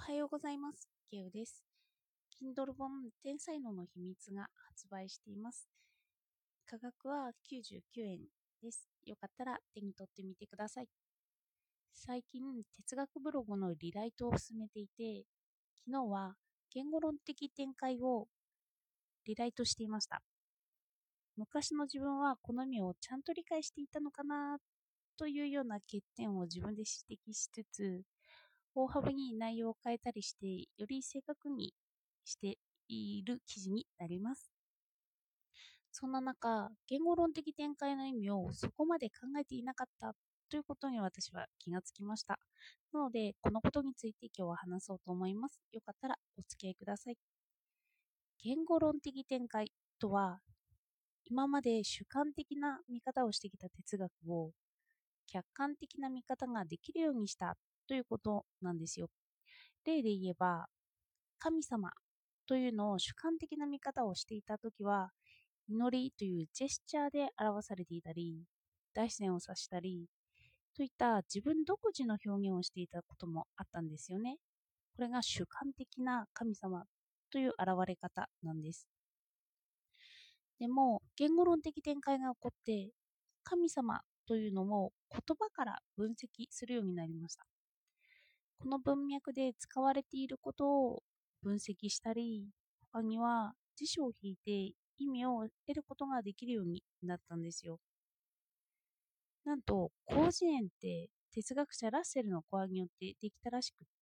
はようございます。ケウです。Kindle 本天才能の秘密が発売しています。価格は99円です。よかったら手に取ってみてください。最近、哲学ブログのリライトを進めていて、昨日は言語論的展開をリライトしていました。昔の自分はこの意味をちゃんと理解していたのかなというような欠点を自分で指摘しつつ、大幅に内容を変えたりして、より正確にしている記事になります。そんな中、言語論的展開の意味をそこまで考えていなかったということに私は気がつきました。なので、このことについて今日は話そうと思います。よかったらお付き合いください。言語論的展開とは、今まで主観的な見方をしてきた哲学を客観的な見方ができるようにしたということなんですよ。例で言えば、神様というのを主観的な見方をしていたときは、祈りというジェスチャーで表されていたり、大自然を指したり、といった自分独自の表現をしていたこともあったんですよね。これが主観的な神様という現れ方なんです。でも、言語論的展開が起こって、神様というのを言葉から分析するようになりました。この文脈で使われていることを分析したり、他には辞書を引いて意味を得ることができるようになったんですよ。なんと、広辞苑って哲学者ラッセルの考案によってできたらしくって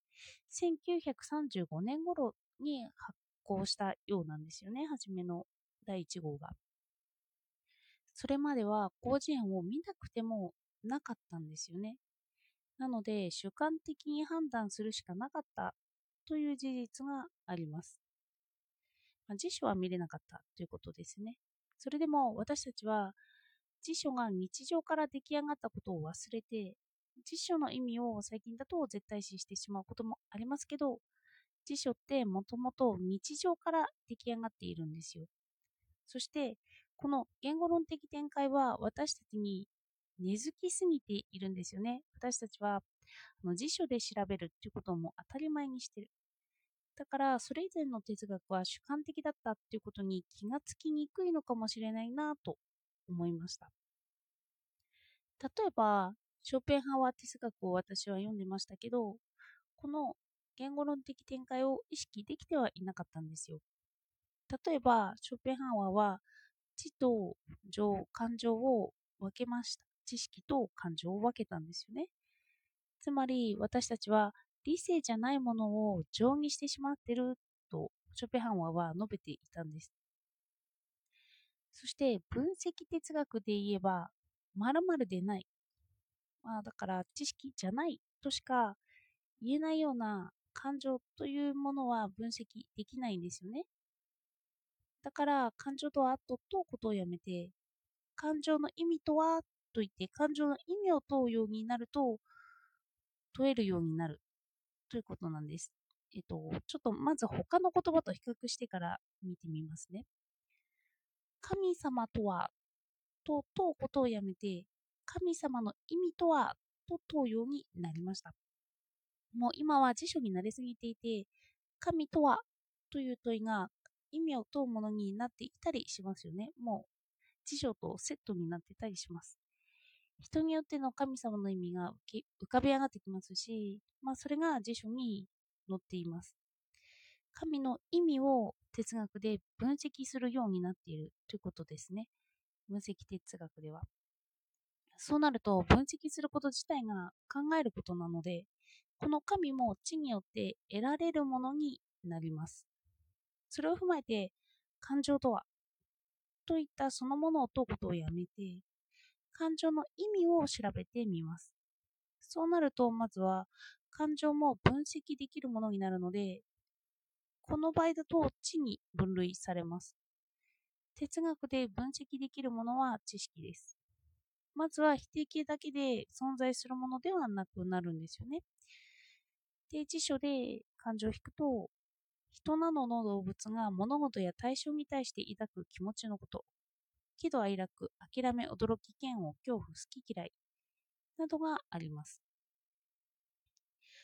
、1935年頃に発行したようなんですよね、初めの第1号が。それまでは広辞苑を見なくてもなかったんですよね。なので、主観的に判断するしかなかったという事実があります。辞書は見れなかったということですね。それでも私たちは辞書が日常から出来上がったことを忘れて、辞書の意味を最近だと絶対視してしまうこともありますけど、辞書ってもともと日常から出来上がっているんですよ。そして、この言語論的展開は私たちに根付きすぎているんですよね。私たちは辞書で調べるっていうことも当たり前にしてる。だから、それ以前の哲学は主観的だったっていうことに気がつきにくいのかもしれないなと思いました。例えば、ショーペンハワー哲学を私は読んでましたけど、この言語論的展開を意識できてはいなかったんですよ。例えば、ショーペンハワーは知と情、感情を分けました。知識と感情を分けたんですよね。つまり、私たちは理性じゃないものを情にしてしまっていると、ショペンハワーは述べていたんです。そして、分析哲学で言えば、〇〇でない。だから知識じゃないとしか言えないような感情というものは分析できないんですよね。だから感情とはとことをやめて、感情の意味とはと言って感情の意味を問うようになると問えるようになるということなんです。ちょっとまず他の言葉と比較してから見てみますね。神様とはと問うことをやめて、神様の意味とはと問うようになりました。もう今は辞書に慣れすぎていて、神とはという問いが意味を問うものになっていたりしますよね。もう辞書とセットになってたりします。人によっての神様の意味が浮かび上がってきますし、それが辞書に載っています。神の意味を哲学で分析するようになっているということですね。分析哲学では。そうなると分析すること自体が考えることなので、この神も知によって得られるものになります。それを踏まえて、感情とはといったそのものを問うことをやめて、感情の意味を調べてみます。そうなると、まずは感情も分析できるものになるので、この場合だと知に分類されます。哲学で分析できるものは知識です。まずは否定形だけで存在するものではなくなるんですよね。で、辞書で感情を引くと、人などの動物が物事や対象に対して抱く気持ちのこと、喜怒哀楽、諦め、驚き、嫌悪、恐怖、好き嫌いなどがあります。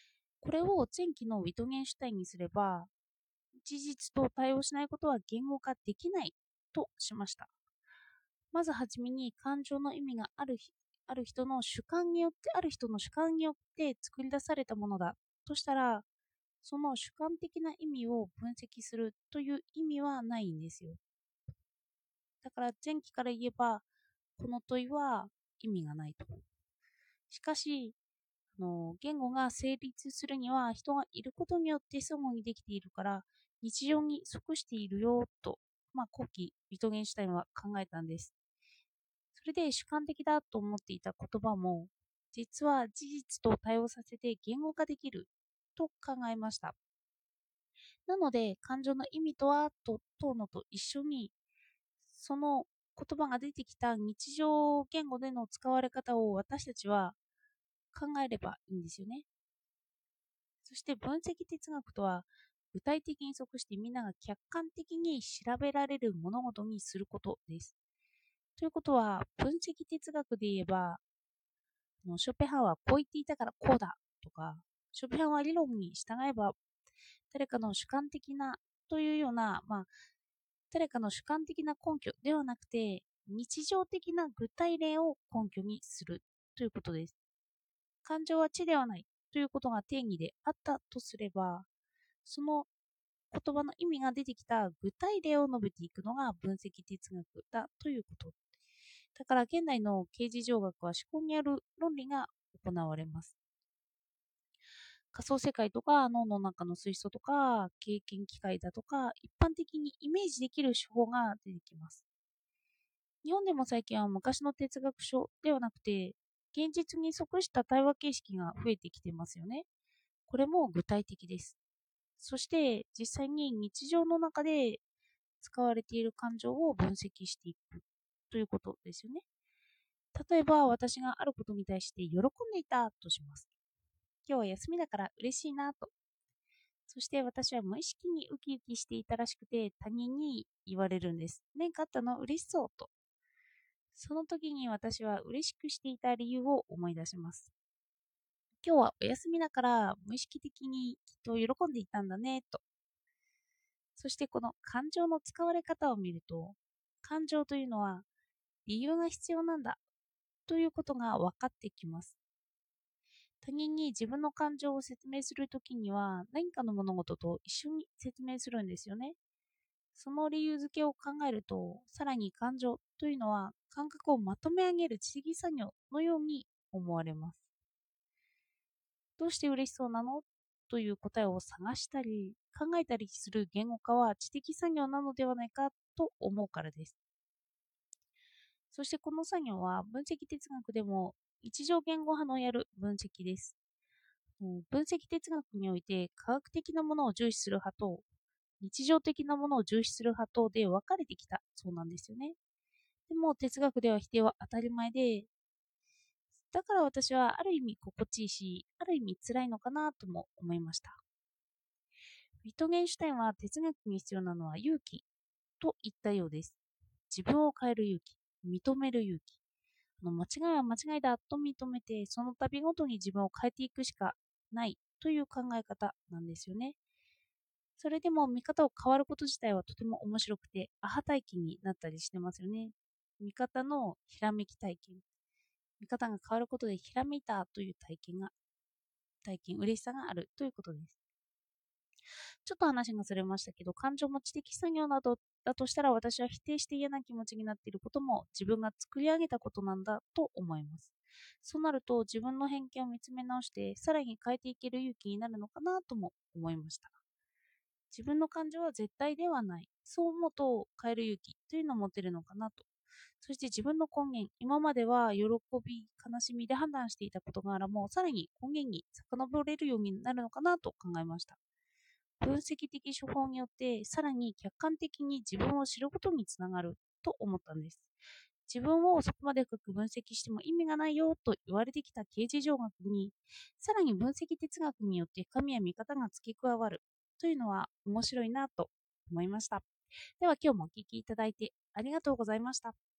これを前期のウィトゲンシュタインにすれば、事実と対応しないことは言語化できないとしました。まずはじめに感情の意味がある人の主観によって作り出されたものだとしたら、その主観的な意味を分析するという意味はないんですよ。だから前期から言えば、この問いは意味がないと。しかし、言語が成立するには人がいることによって相互にできているから日常に即しているよと、後期ビトゲンシュタインは考えたんです。それで主観的だと思っていた言葉も実は事実と対応させて言語化できると考えました。なので感情の意味とはとのと一緒にその言葉が出てきた日常言語での使われ方を私たちは考えればいいんですよね。そして分析哲学とは具体的に即してみんなが客観的に調べられる物事にすることです。ということは分析哲学で言えばショペハンはこう言っていたからこうだとかショペハンは理論に従えば誰かの主観的なというような、誰かの主観的な根拠ではなくて日常的な具体例を根拠にするということです。感情は知ではないということが定義であったとすれば、その言葉の意味が出てきた具体例を述べていくのが分析哲学だということ。だから現代の刑事上学は思考にある論理が行われます。仮想世界とか脳の中の水素とか経験機械だとか一般的にイメージできる手法が出てきます。日本でも最近は昔の哲学書ではなくて現実に即した対話形式が増えてきてますよね。これも具体的です。そして実際に日常の中で使われている感情を分析していくということですよね。例えば私があることに対して喜んでいたとします。今日は休みだから嬉しいなと。そして私は無意識にウキウキしていたらしくて他人に言われるんです。何かあったの嬉しそうと。その時に私は嬉しくしていた理由を思い出します。今日はお休みだから無意識的にきっと喜んでいたんだねと。そしてこの感情の使われ方を見ると、感情というのは理由が必要なんだということが分かってきます。他人に自分の感情を説明するときには何かの物事と一緒に説明するんですよね。その理由付けを考えると、さらに感情というのは感覚をまとめ上げる知的作業のように思われます。どうして嬉しそうなのという答えを探したり考えたりする言語化は知的作業なのではないかと思うからです。そしてこの作業は分析哲学でも一条言語派のやる分析です。分析哲学において科学的なものを重視する派と日常的なものを重視する派とで分かれてきたそうなんですよね。でも哲学では否定は当たり前で、だから私はある意味心地いいし、ある意味辛いのかなとも思いました。ウィトゲンシュタインは哲学に必要なのは勇気と言ったようです。自分を変える勇気、認める勇気。間違いは間違いだと認めて、その度ごとに自分を変えていくしかないという考え方なんですよね。それでも見方を変わること自体はとても面白くて、アハ体験になったりしてますよね。見方のひらめき体験。見方が変わることでひらめいたという嬉しさがあるということです。ちょっと話がずれましたけど、感情も知的作業などだとしたら私は否定して嫌な気持ちになっていることも自分が作り上げたことなんだと思います。そうなると自分の偏見を見つめ直してさらに変えていける勇気になるのかなとも思いました。自分の感情は絶対ではない。そう思うと変える勇気というのを持てるのかなと。そして自分の根源、今までは喜び、悲しみで判断していた事柄もさらに根源に遡れるようになるのかなと考えました。分析的手法によってさらに客観的に自分を知ることにつながると思ったんです。自分をそこまで深く分析しても意味がないよと言われてきた刑事上学にさらに分析哲学によって神や見方が付け加わるというのは面白いなと思いました。では今日もお聞きいただいてありがとうございました。